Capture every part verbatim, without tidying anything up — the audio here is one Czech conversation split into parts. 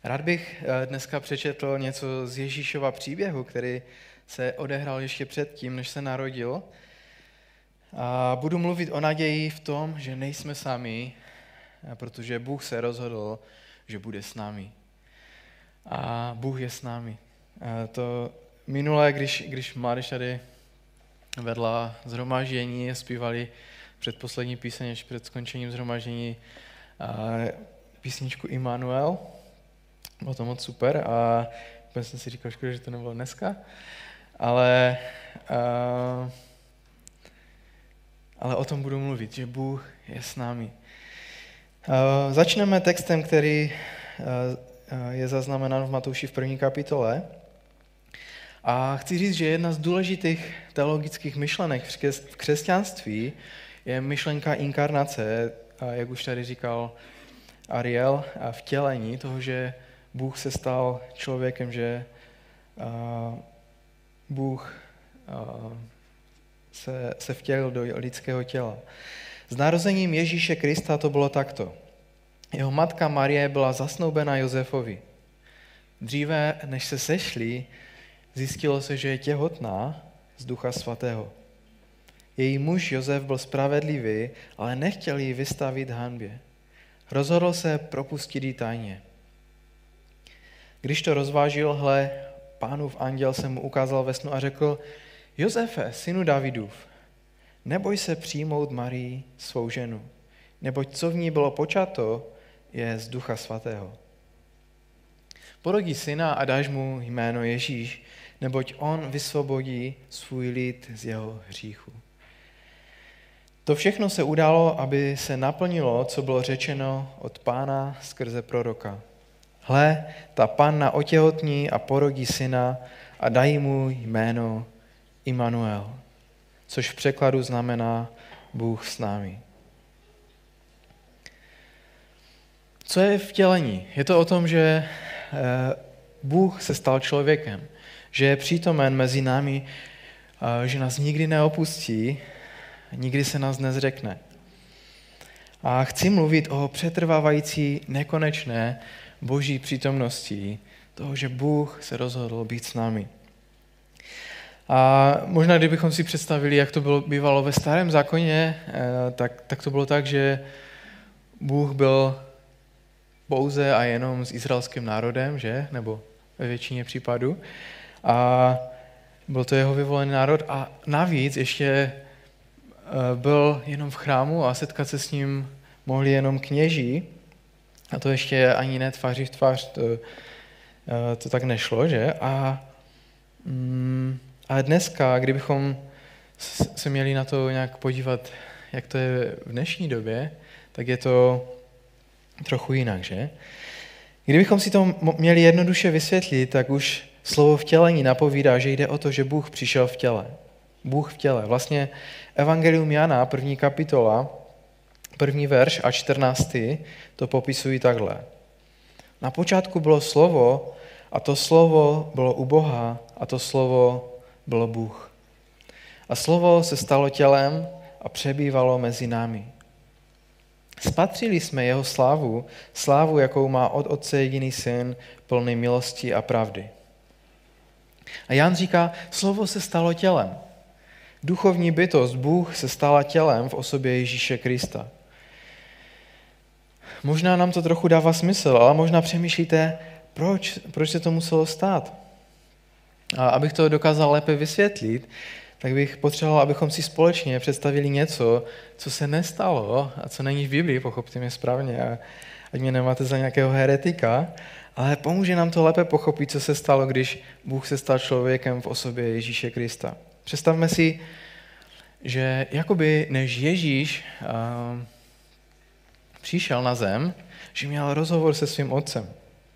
Rád bych dneska přečetl něco z Ježíšova příběhu, který se odehrál ještě předtím, než se narodil. A budu mluvit o naději v tom, že nejsme sami, protože Bůh se rozhodl, že bude s námi. A Bůh je s námi. A to minulé, když, když mládež tady vedla shromáždění a zpívali předposlední píseň, než před skončením shromáždění písničku Immanuel. Bylo to moc super a úplně jsem si říkal, škoda, že to nebylo dneska, ale, uh, ale o tom budu mluvit, že Bůh je s námi. Uh, začneme textem, který uh, je zaznamenán v Matouši v první kapitole. A chci říct, že jedna z důležitých teologických myšlenek v křesťanství je myšlenka inkarnace, jak už tady říkal Ariel, a vtělení toho, že Bůh se stal člověkem, že uh, Bůh uh, se, se vtělil do lidského těla. S narozením Ježíše Krista to bylo takto. Jeho matka Marie byla zasnoubena Josefovi. Dříve, než se sešli, zjistilo se, že je těhotná z Ducha Svatého. Její muž Josef byl spravedlivý, ale nechtěl ji vystavit hanbě. Rozhodl se propustit ji tajně. Když to rozvážil, hle, Pánův anděl se mu ukázal ve snu a řekl: Josefe, synu Davidův, neboj se přijmout Marii, svou ženu, neboť co v ní bylo počato, je z Ducha Svatého. Porodí syna a dáš mu jméno Ježíš, neboť on vysvobodí svůj lid z jeho hříchu. To všechno se událo, aby se naplnilo, co bylo řečeno od Pána skrze proroka. Hle, ta panna otěhotní a porodí syna a dají mu jméno Immanuel, což v překladu znamená Bůh s námi. Co je vtělení? Je to o tom, že Bůh se stal člověkem, že je přítomen mezi námi, že nás nikdy neopustí, nikdy se nás nezřekne. A chci mluvit o přetrvávající nekonečné Boží přítomnosti, toho, že Bůh se rozhodl být s námi. A možná, kdybychom si představili, jak to bylo, bývalo ve Starém zákoně, tak, tak to bylo tak, že Bůh byl pouze a jenom s izraelským národem, že? Nebo ve většině případů. A byl to jeho vyvolený národ a navíc ještě byl jenom v chrámu a setkat se s ním mohli jenom kněží. A to ještě ani ne tváří v tvář, to, to tak nešlo, že? A, mm, a dneska, kdybychom se měli na to nějak podívat, jak to je v dnešní době, tak je to trochu jinak, že? Kdybychom si to měli jednoduše vysvětlit, tak už slovo vtělení napovídá, že jde o to, že Bůh přišel v těle. Bůh v těle. Vlastně Evangelium Jana, první kapitola, první verš a čtrnáctý to popisují takhle. Na počátku bylo slovo a to slovo bylo u Boha a to slovo bylo Bůh. A slovo se stalo tělem a přebývalo mezi námi. Spatřili jsme jeho slávu, slávu, jakou má od Otce jediný syn, plný milosti a pravdy. A Jan říká, slovo se stalo tělem. Duchovní bytost, Bůh se stala tělem v osobě Ježíše Krista. Možná nám to trochu dává smysl, ale možná přemýšlíte, proč, proč se to muselo stát. A abych to dokázal lépe vysvětlit, tak bych potřeboval, abychom si společně představili něco, co se nestalo a co není v Biblii, pochopte mě správně, a ať mě nemáte za nějakého heretika, ale pomůže nám to lépe pochopit, co se stalo, když Bůh se stal člověkem v osobě Ježíše Krista. Představme si, že jakoby než Ježíš uh, přišel na zem, že měl rozhovor se svým otcem.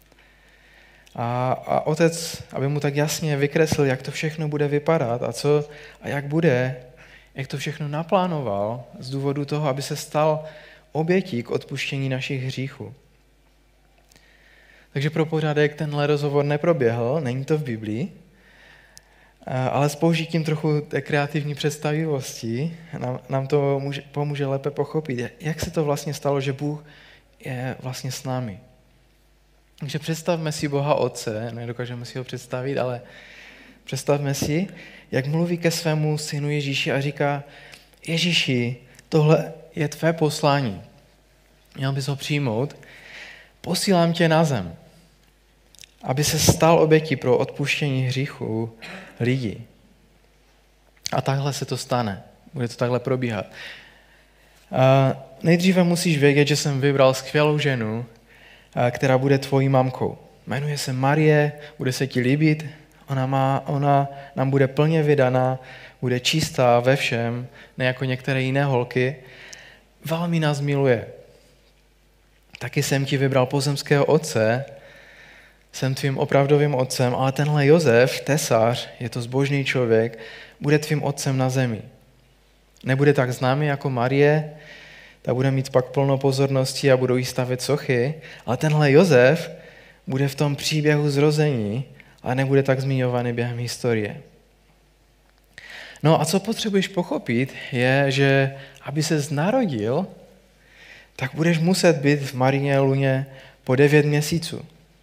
A, a otec, aby mu tak jasně vykreslil, jak to všechno bude vypadat a co a jak bude, jak to všechno naplánoval z důvodu toho, aby se stal obětí k odpuštění našich hříchů. Takže pro pořádek tenhle rozhovor neproběhl, není to v Biblii, ale s použitím trochu té kreativní představivosti nám, nám to může, pomůže lépe pochopit, jak se to vlastně stalo, že Bůh je vlastně s námi. Takže představme si Boha Otce, nedokážeme si ho představit, ale představme si, jak mluví ke svému synu Ježíši a říká: Ježíši, tohle je tvé poslání. Měl bys ho přijmout. Posílám tě na zem, aby se stal obětí pro odpuštění hříchů lidí. A takhle se to stane. Bude to takhle probíhat. A nejdříve musíš vědět, že jsem vybral skvělou ženu, která bude tvojí mamkou. Jmenuje se Marie, bude se ti líbit, ona, má, ona nám bude plně vydaná, bude čistá ve všem, ne jako některé jiné holky. Velmi nás miluje. Taky jsem ti vybral pozemského otce, jsem tvým opravdovým otcem, ale tenhle Josef, tesař, je to zbožný člověk, bude tvým otcem na zemi. Nebude tak známý jako Marie, ta bude mít pak plno pozornosti a budou jí stavět sochy, ale tenhle Josef bude v tom příběhu zrození a nebude tak zmiňovaný během historie. No a co potřebuješ pochopit, je, že aby ses narodil, tak budeš muset být v Mariině luně po devět měsíců.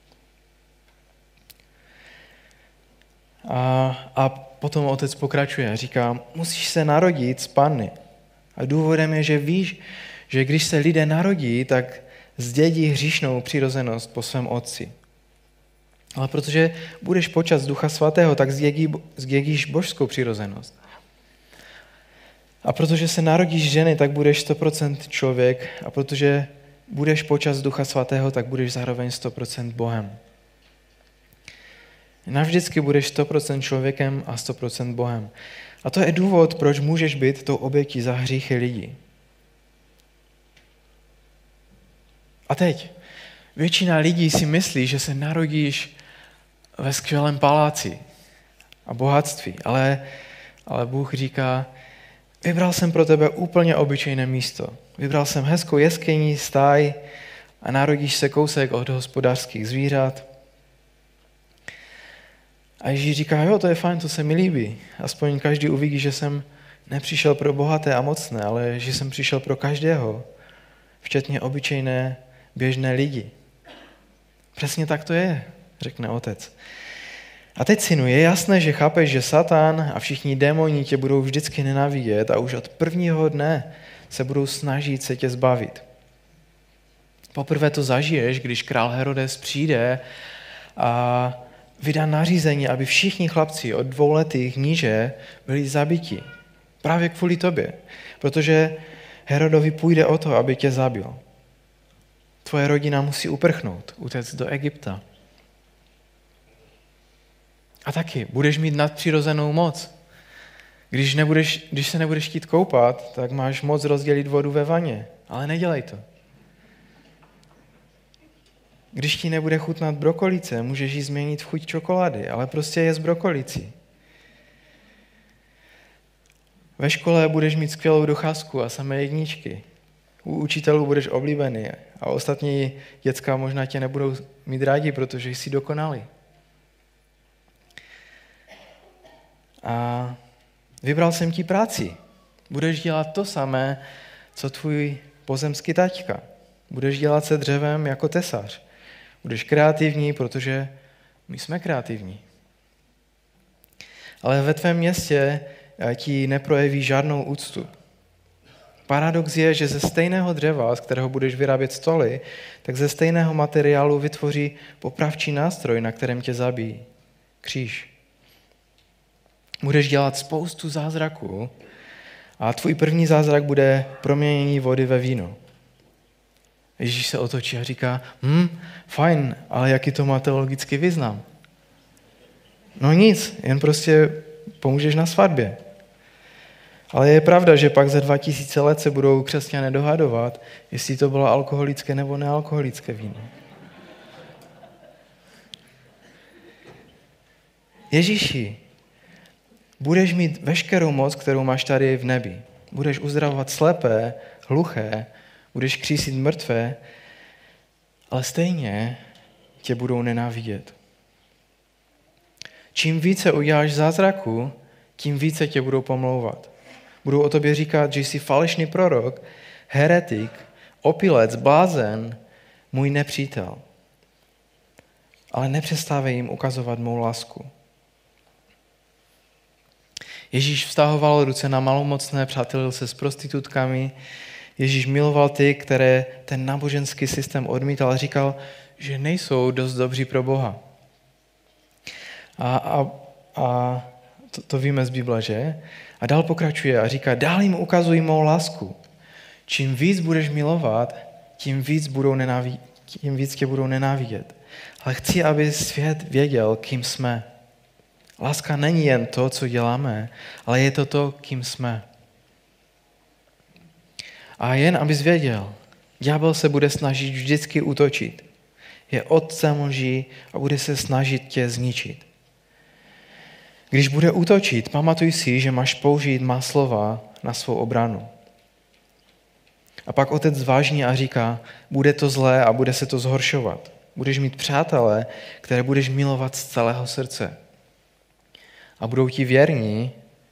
A, a potom otec pokračuje a říká: musíš se narodit z panny. A důvodem je, že víš, že když se lidé narodí, tak zdědí hříšnou přirozenost po svém otci. Ale protože budeš počat Ducha Svatého, tak zdědí, zdědíš božskou přirozenost. A protože se narodíš ženy, tak budeš sto procent člověk, a protože budeš počat Ducha Svatého, tak budeš zároveň sto procent Bohem. Navždycky budeš sto procent člověkem a sto procent Bohem. A to je důvod, proč můžeš být tou obětí za hříchy lidí. A teď, většina lidí si myslí, že se narodíš ve skvělém paláci a bohatství, ale, ale Bůh říká: vybral jsem pro tebe úplně obyčejné místo. Vybral jsem hezkou jeskyni, stáj a narodíš se kousek od hospodářských zvířat. A Ježíš říká: jo, to je fajn, to se mi líbí. Aspoň každý uvidí, že jsem nepřišel pro bohaté a mocné, ale že jsem přišel pro každého, včetně obyčejné, běžné lidi. Přesně tak to je, řekne otec. A teď, synu, je jasné, že chápeš, že Satan a všichni démoni tě budou vždycky nenávidět a už od prvního dne se budou snažit se tě zbavit. Poprvé to zažiješ, když král Herodes přijde a vydá nařízení, aby všichni chlapci od dvouletých níže byli zabiti. Právě kvůli tobě. Protože Herodovi půjde o to, aby tě zabil. Tvoje rodina musí uprchnout, utéct do Egypta. A taky budeš mít nadpřirozenou moc. Když, nebudeš, když se nebudeš chtít koupat, tak máš moc rozdělit vodu ve vaně. Ale nedělej to. Když ti nebude chutnat brokolice, můžeš ji změnit v chuť čokolády, ale prostě je z brokolicí. Ve škole budeš mít skvělou docházku a samé jedničky. U učitelů budeš oblíbený a ostatní děcka možná tě nebudou mít rádi, protože jsi dokonalý. A vybral jsem ti práci. Budeš dělat to samé, co tvůj pozemský taťka. Budeš dělat se dřevem jako tesař. Budeš kreativní, protože my jsme kreativní. Ale ve tvém městě ti neprojeví žádnou úctu. Paradox je, že ze stejného dřeva, z kterého budeš vyrábět stoly, tak ze stejného materiálu vytvoří popravčí nástroj, na kterém tě zabijí. Kříž. Budeš dělat spoustu zázraků a tvůj první zázrak bude proměnění vody ve víno. Ježíš se otočí a říká: hm, fajn, ale jaký to má teologický význam? No nic, jen prostě pomůžeš na svatbě. Ale je pravda, že pak za dva tisíce let se budou křesťané dohadovat, jestli to bylo alkoholické nebo nealkoholické víno. Ježíši, budeš mít veškerou moc, kterou máš tady v nebi. Budeš uzdravovat slepé, hluché, budeš křísit mrtvé, ale stejně tě budou nenávidět. Čím více uděláš zázraku, tím více tě budou pomlouvat. Budou o tobě říkat, že jsi falešný prorok, heretik, opilec, blázen, můj nepřítel. ale nepřestávej jim ukazovat mou lásku. Ježíš vztahoval ruce na malomocné, přátelil se s prostitutkami. Ježíš miloval ty, které ten náboženský systém odmítal a říkal, že nejsou dost dobří pro Boha. A, a, a to, to víme z Bible, že? A dál pokračuje a říká, dál jim ukazuj mou lásku. Čím víc budeš milovat, tím víc, budou nenávi- tím víc tě budou nenávidět. Ale chci, aby svět věděl, kým jsme. Láska není jen to, co děláme, ale je to to, kým jsme. A jen abys věděl, ďábel se bude snažit vždycky útočit. Je otcem lží a bude se snažit tě zničit. Když bude útočit, pamatuj si, že máš použít má slova na svou obranu. A pak otec zvážní a říká, bude to zlé a bude se to zhoršovat. Budeš mít přátele, které budeš milovat z celého srdce. A budou ti věrní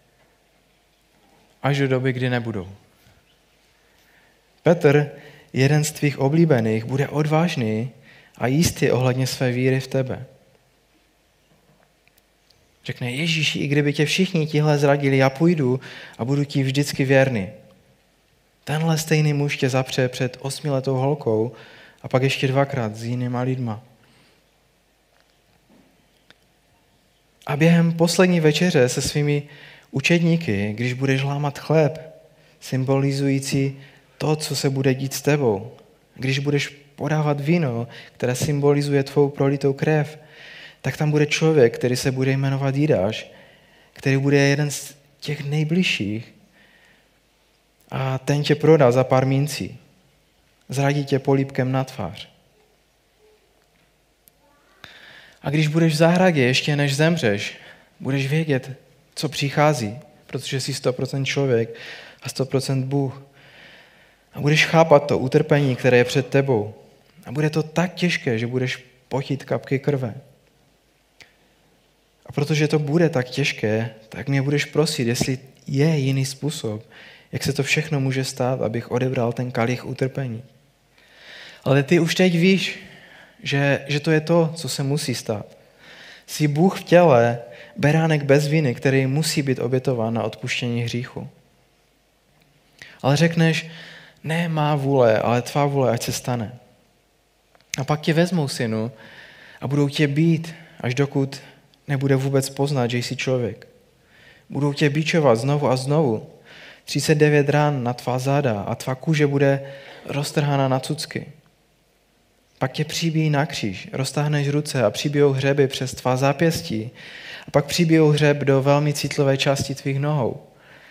až do doby, kdy nebudou. Petr, jeden z tvých oblíbených, bude odvážný a jistý ohledně své víry v tebe. Řekne, Ježíši, i kdyby tě všichni tihle zradili, já půjdu a budu ti vždycky věrný. Tenhle stejný muž tě zapře před osmiletou holkou a pak ještě dvakrát s jinýma lidma. A během poslední večeře se svými učedníky, když budeš lámat chléb, symbolizující to, co se bude dít s tebou, když budeš podávat víno, které symbolizuje tvou prolitou krev, tak tam bude člověk, který se bude jmenovat Jidáš, který bude jeden z těch nejbližších a ten tě prodá za pár mincí. Zradí tě polípkem na tvář. A když budeš v zahradě, ještě než zemřeš, budeš vědět, co přichází, protože jsi sto procent člověk a sto procent Bůh. A budeš chápat to utrpení, které je před tebou. A bude to tak těžké, že budeš potit kapky krve. A protože to bude tak těžké, tak mě budeš prosit, jestli je jiný způsob, jak se to všechno může stát, abych odebral ten kalich utrpení. Ale ty už teď víš, že, že to je to, co se musí stát. Jsi Bůh v těle, beránek bez viny, který musí být obětován na odpuštění hříchu. Ale řekneš, ne má vůle, ale tvá vůle, ať se stane. A pak tě vezmou, synu, a budou tě bít, až dokud nebude vůbec poznat, že jsi člověk. Budou tě bičovat znovu a znovu. třicet devět rán na tvá záda a tvá kůže bude roztrhána na cucky. Pak tě přibíjí na kříž, roztáhneš ruce a přibijou hřeby přes tvá zápěstí a pak přibijou hřeb do velmi citlivé části tvých nohou.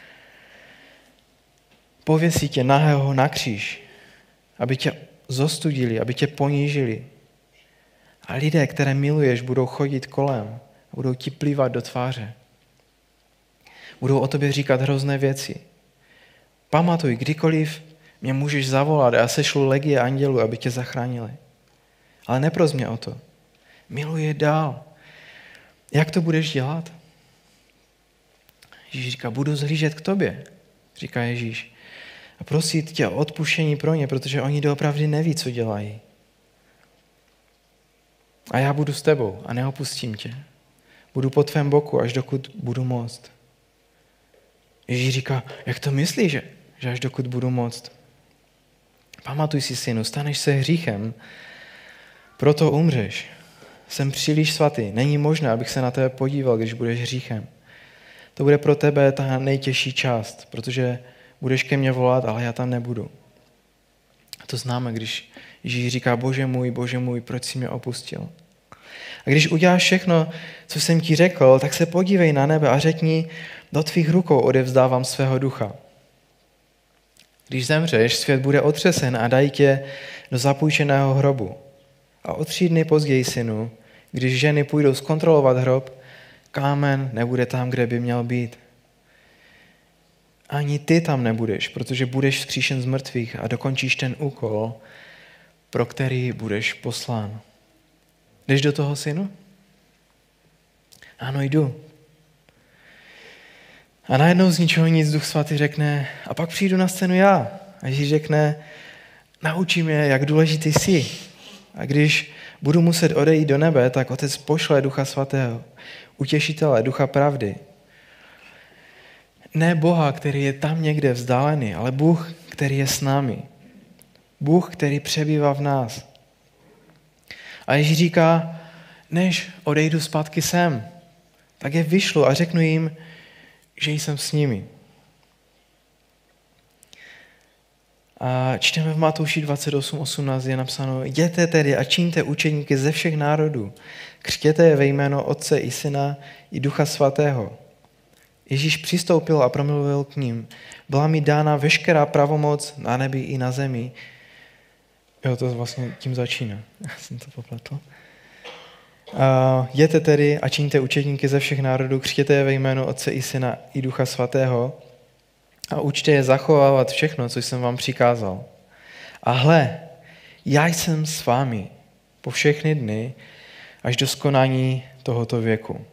Pověsí tě nahého na kříž, aby tě zostudili, aby tě ponížili. A lidé, které miluješ, budou chodit kolem a budou ti plývat do tváře. Budou o tobě říkat hrozné věci. Pamatuj, kdykoliv mě můžeš zavolat a já sešlu legie andělů, aby tě zachránili. Ale nepros mě o to. Miluj je dál. Jak to budeš dělat? Ježíš říká, budu zhlížet k tobě, říká Ježíš. A prosit tě o odpuštění pro ně, protože oni doopravdy neví, co dělají. A já budu s tebou a neopustím tě. Budu po tvém boku, až dokud budu moct. Ježíš říká, jak to myslíš, že, že až dokud budu moct? Pamatuj si, synu, staneš se hříchem, proto umřeš. Jsem příliš svatý, není možné, abych se na tebe podíval, když budeš hříchem. To bude pro tebe ta nejtěžší část, protože budeš ke mně volat, ale já tam nebudu. A to známe, když Ježíš říká, Bože můj, Bože můj, proč jsi mě opustil? A když uděláš všechno, co jsem ti řekl, tak se podívej na nebe a řekni, do tvých rukou odevzdávám svého ducha. Když zemřeš, svět bude otřesen a dají tě do zapůjčeného hrobu. A o tři dny později, synu, když ženy půjdou zkontrolovat hrob, kámen nebude tam, kde by měl být. Ani ty tam nebudeš, protože budeš vzkříšen z mrtvých a dokončíš ten úkol, pro který budeš poslán. Jdeš do toho, synu? Ano, jdu. A najednou z ničeho nic Duch Svatý řekne, a pak přijdu na scénu já. A Ježíš řekne, naučí mě, jak důležitý jsi. A když budu muset odejít do nebe, tak Otec pošle Ducha Svatého, utěšitele, Ducha pravdy. Ne Boha, který je tam někde vzdálený, ale Bůh, který je s námi. Bůh, který přebývá v nás. A Ježíš říká, než odejdu zpátky sem, tak je vyšlu a řeknu jim, že jsem s nimi. A čteme v Matouši dvacet osm osmnáct je napsáno, jděte tedy a čiňte učeníky ze všech národů, křtěte je ve jméno Otce i Syna i Ducha Svatého. Ježíš přistoupil a promluvil k ním, byla mi dána veškerá pravomoc na nebi i na zemi. Jo, to vlastně tím začíná. Já jsem to popletl. Uh, jděte tedy a čiňte učedníky ze všech národů, křtěte je ve jménu Otce i Syna i Ducha Svatého a učte je zachovávat všechno, co jsem vám přikázal. A hle, já jsem s vámi po všechny dny až do skonání tohoto věku.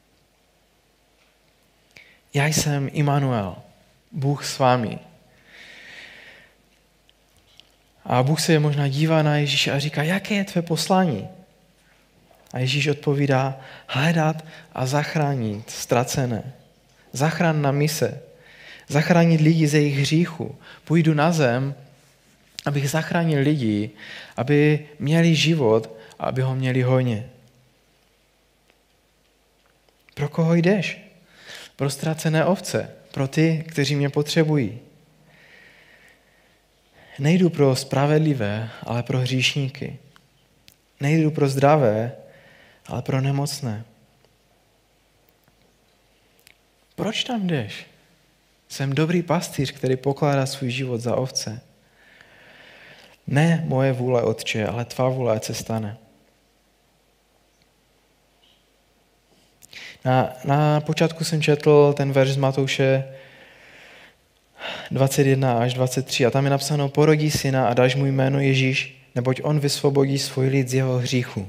Já jsem Immanuel, Bůh s vámi. A Bůh se možná dívá na Ježíše a říká, jaké je tvé poslání? A Ježíš odpovídá, hledat a zachránit ztracené. Zachránná mise. Zachránit lidi ze jejich hříchu. Půjdu na zem, abych zachránil lidi, aby měli život a aby ho měli hojně. Pro koho jdeš? Pro ztracené ovce. Pro ty, kteří mě potřebují. Nejdu pro spravedlivé, ale pro hříšníky. Nejdu pro zdravé, ale pro nemocné. Proč tam jdeš? Jsem dobrý pastýř, který pokládá svůj život za ovce. Ne moje vůle, Otče, ale tvá vůle, ať se stane. Na, na počátku jsem četl ten verš z Matouše dvacet jedna až dvacet tři a tam je napsáno, porodí syna a dáš mu jméno Ježíš, neboť on vysvobodí svůj lid z jeho hříchu.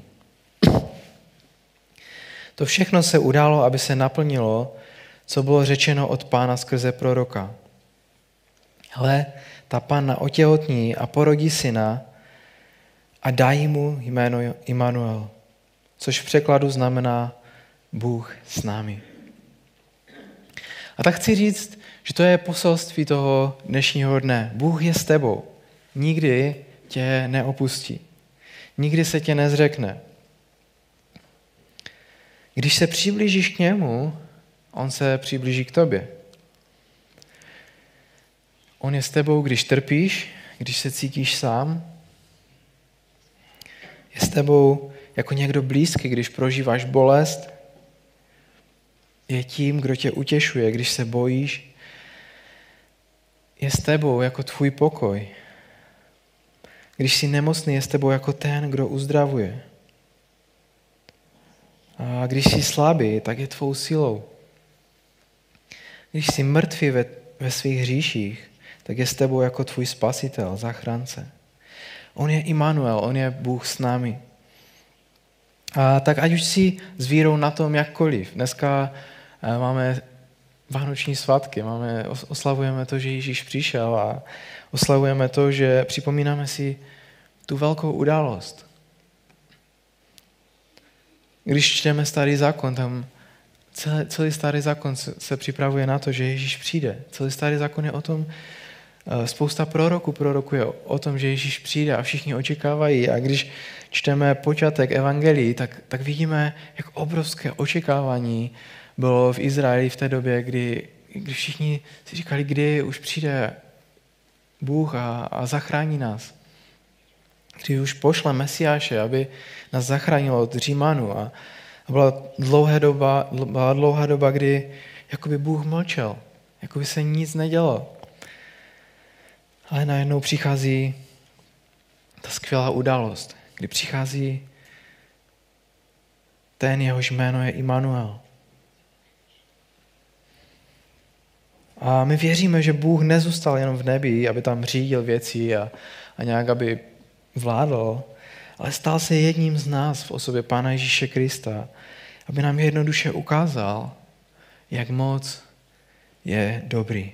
To všechno se událo, aby se naplnilo, co bylo řečeno od Pána skrze proroka. Hle, ta panna otěhotní a porodí syna a dají mu jméno Immanuel, což v překladu znamená Bůh s námi. A tak chci říct, že to je poselství toho dnešního dne. Bůh je s tebou. Nikdy tě neopustí. Nikdy se tě nezřekne. Když se přiblížíš k němu, on se přiblíží k tobě. On je s tebou, když trpíš, když se cítíš sám. Je s tebou jako někdo blízký, když prožíváš bolest. Je tím, kdo tě utěšuje, když se bojíš. Je s tebou jako tvůj pokoj. Když jsi nemocný, je s tebou jako ten, kdo uzdravuje. A když jsi slabý, tak je tvou silou. Když jsi mrtvý ve, ve svých hříších, tak je s tebou jako tvůj spasitel, záchránce. On je Immanuel, on je Bůh s námi. A tak ať už si s vírou na tom jakkoliv. Dneska máme vánoční svátky, máme, oslavujeme to, že Ježíš přišel a oslavujeme to, že připomínáme si tu velkou událost. Když čteme Starý zákon, tam celý, celý Starý zákon se, se připravuje na to, že Ježíš přijde. Celý Starý zákon je o tom, spousta proroků prorokuje o tom, že Ježíš přijde a všichni očekávají. A když čteme počátek evangelií, tak, tak vidíme, jak obrovské očekávání bylo v Izraeli v té době, kdy, kdy všichni si říkali, kdy už přijde Bůh a, a zachrání nás. Kdy už pošle Mesiáše, aby nás zachránil od Římanů. A byla dlouhá doba, byla dlouhá doba, kdy jakoby Bůh mlčel, jakoby se nic nedělo. Ale najednou přichází ta skvělá událost, kdy přichází ten, jehož jméno je Immanuel. A my věříme, že Bůh nezůstal jenom v nebi, aby tam řídil věci a, a nějak, aby vládl, ale stal se jedním z nás v osobě Pána Ježíše Krista, aby nám jednoduše ukázal, jak moc je dobrý.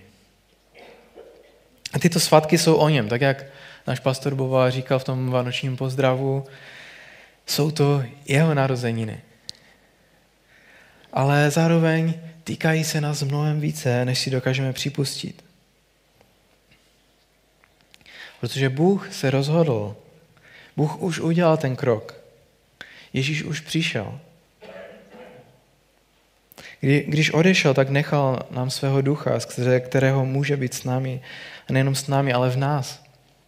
A tyto svátky jsou o něm, tak jak náš pastor Bova říkal v tom vánočním pozdravu, Jsou to jeho narozeniny. Ale zároveň týkají se nás mnohem více, než si dokážeme připustit. Protože Bůh se rozhodl. Bůh už udělal ten krok. Ježíš už přišel. Kdy, když odešel, tak nechal nám svého ducha, skrze kterého může být s námi. A nejenom s námi, ale v nás.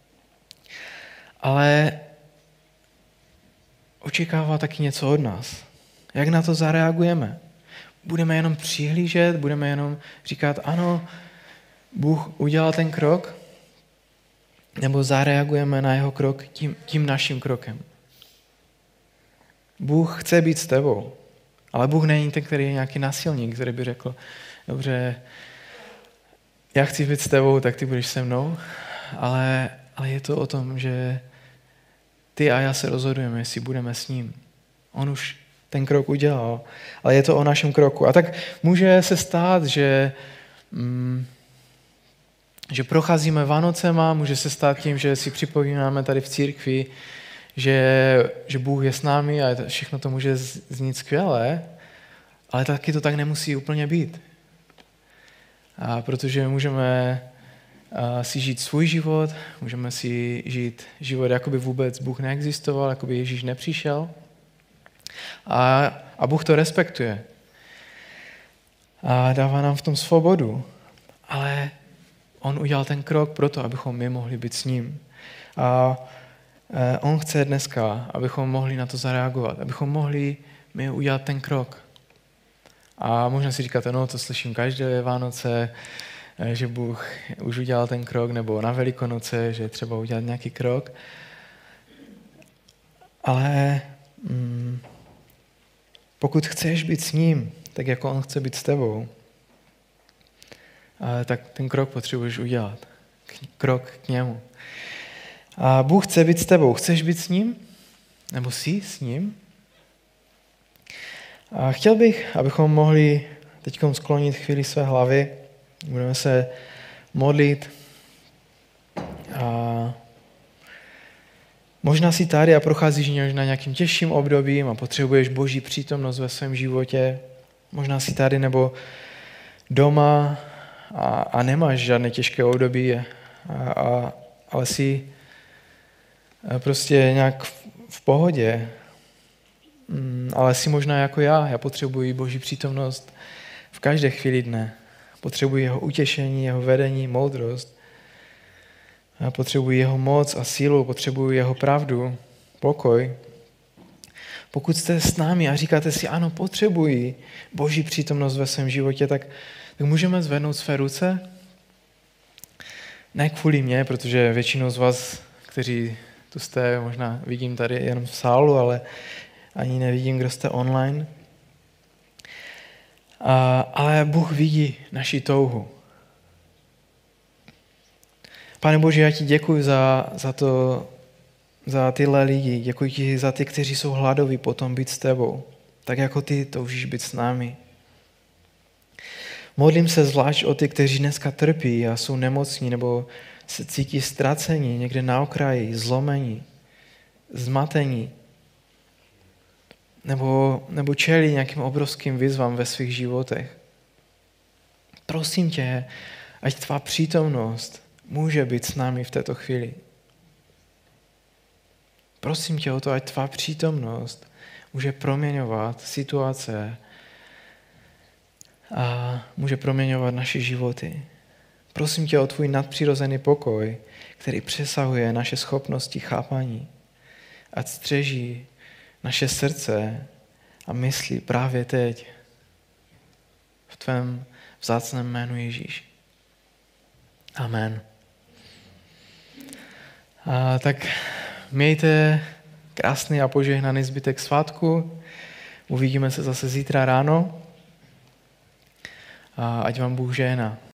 Ale očekává taky něco od nás. Jak na to zareagujeme? Budeme jenom přihlížet, budeme jenom říkat, ano, Bůh udělal ten krok, nebo zareagujeme na jeho krok tím, tím naším krokem. Bůh chce být s tebou, ale Bůh není ten, který je nějaký násilník, který by řekl, dobře, já chci být s tebou, tak ty budeš se mnou, ale, ale je to o tom, že ty a já se rozhodujeme, jestli budeme s ním. On už ten krok udělal, ale je to o našem kroku. A tak může se stát, že, mm, že procházíme Vánocema, může se stát tím, že si připomínáme tady v církvi, že, že Bůh je s námi a všechno to může znít skvěle, ale taky to tak nemusí úplně být. A protože můžeme si žít svůj život, můžeme si žít život, jako by vůbec Bůh neexistoval, jako by Ježíš nepřišel. A, a Bůh to respektuje. A dává nám v tom svobodu. Ale on udělal ten krok proto, abychom my mohli být s ním. A on chce dneska, abychom mohli na to zareagovat, abychom mohli my udělat ten krok. A možná si říkáte, no to slyším každé Vánoce, že Bůh už udělal ten krok, nebo na Velikonoce, že je třeba udělat nějaký krok. Ale mm, pokud chceš být s ním, tak jako on chce být s tebou, tak ten krok potřebuješ udělat. Krok k němu. A Bůh chce být s tebou. Chceš být s ním? Nebo jsi s ním? A chtěl bych, abychom mohli teď sklonit chvíli své hlavy. Budeme se modlit. A možná jsi tady a procházíš na nějakým těžším obdobím a potřebuješ Boží přítomnost ve svém životě. Možná jsi tady nebo doma a, a nemáš žádné těžké období, a, a, ale jsi prostě nějak v, v pohodě. Ale jsi možná jako já. Já potřebuji Boží přítomnost v každé chvíli dne. Potřebuji jeho utěšení, jeho vedení, moudrost. Já potřebuji jeho moc a sílu, potřebuji jeho pravdu, pokoj. Pokud jste s námi a říkáte si, ano, potřebuji Boží přítomnost ve svém životě, tak, tak můžeme zvednout své ruce. Ne kvůli mě, protože většinou z vás, kteří tu jste, možná vidím tady jenom v sálu, ale ani nevidím, kdo jste online. A, ale Bůh vidí naši touhu. Pane Bože, já ti děkuji za, za, to, za tyhle lidi. Děkuji ti za ty, kteří jsou hladoví potom být s tebou. Tak jako ty toužíš být s námi. Modlím se zvlášť o ty, kteří dneska trpí a jsou nemocní nebo se cítí ztracení, někde na okraji, zlomení, zmatení. Nebo, nebo čelí nějakým obrovským výzvám ve svých životech. Prosím tě, ať tvá přítomnost může být s námi v této chvíli. Prosím tě o to, ať tvá přítomnost může proměňovat situace a může proměňovat naše životy. Prosím tě o tvůj nadpřirozený pokoj, který přesahuje naše schopnosti chápání. Ať střeží naše srdce a mysli právě teď v tvém vzácném jménu Ježíš. Amen. A tak mějte krásný a požehnaný zbytek svátku. Uvidíme se zase zítra ráno. A ať vám Bůh žehná.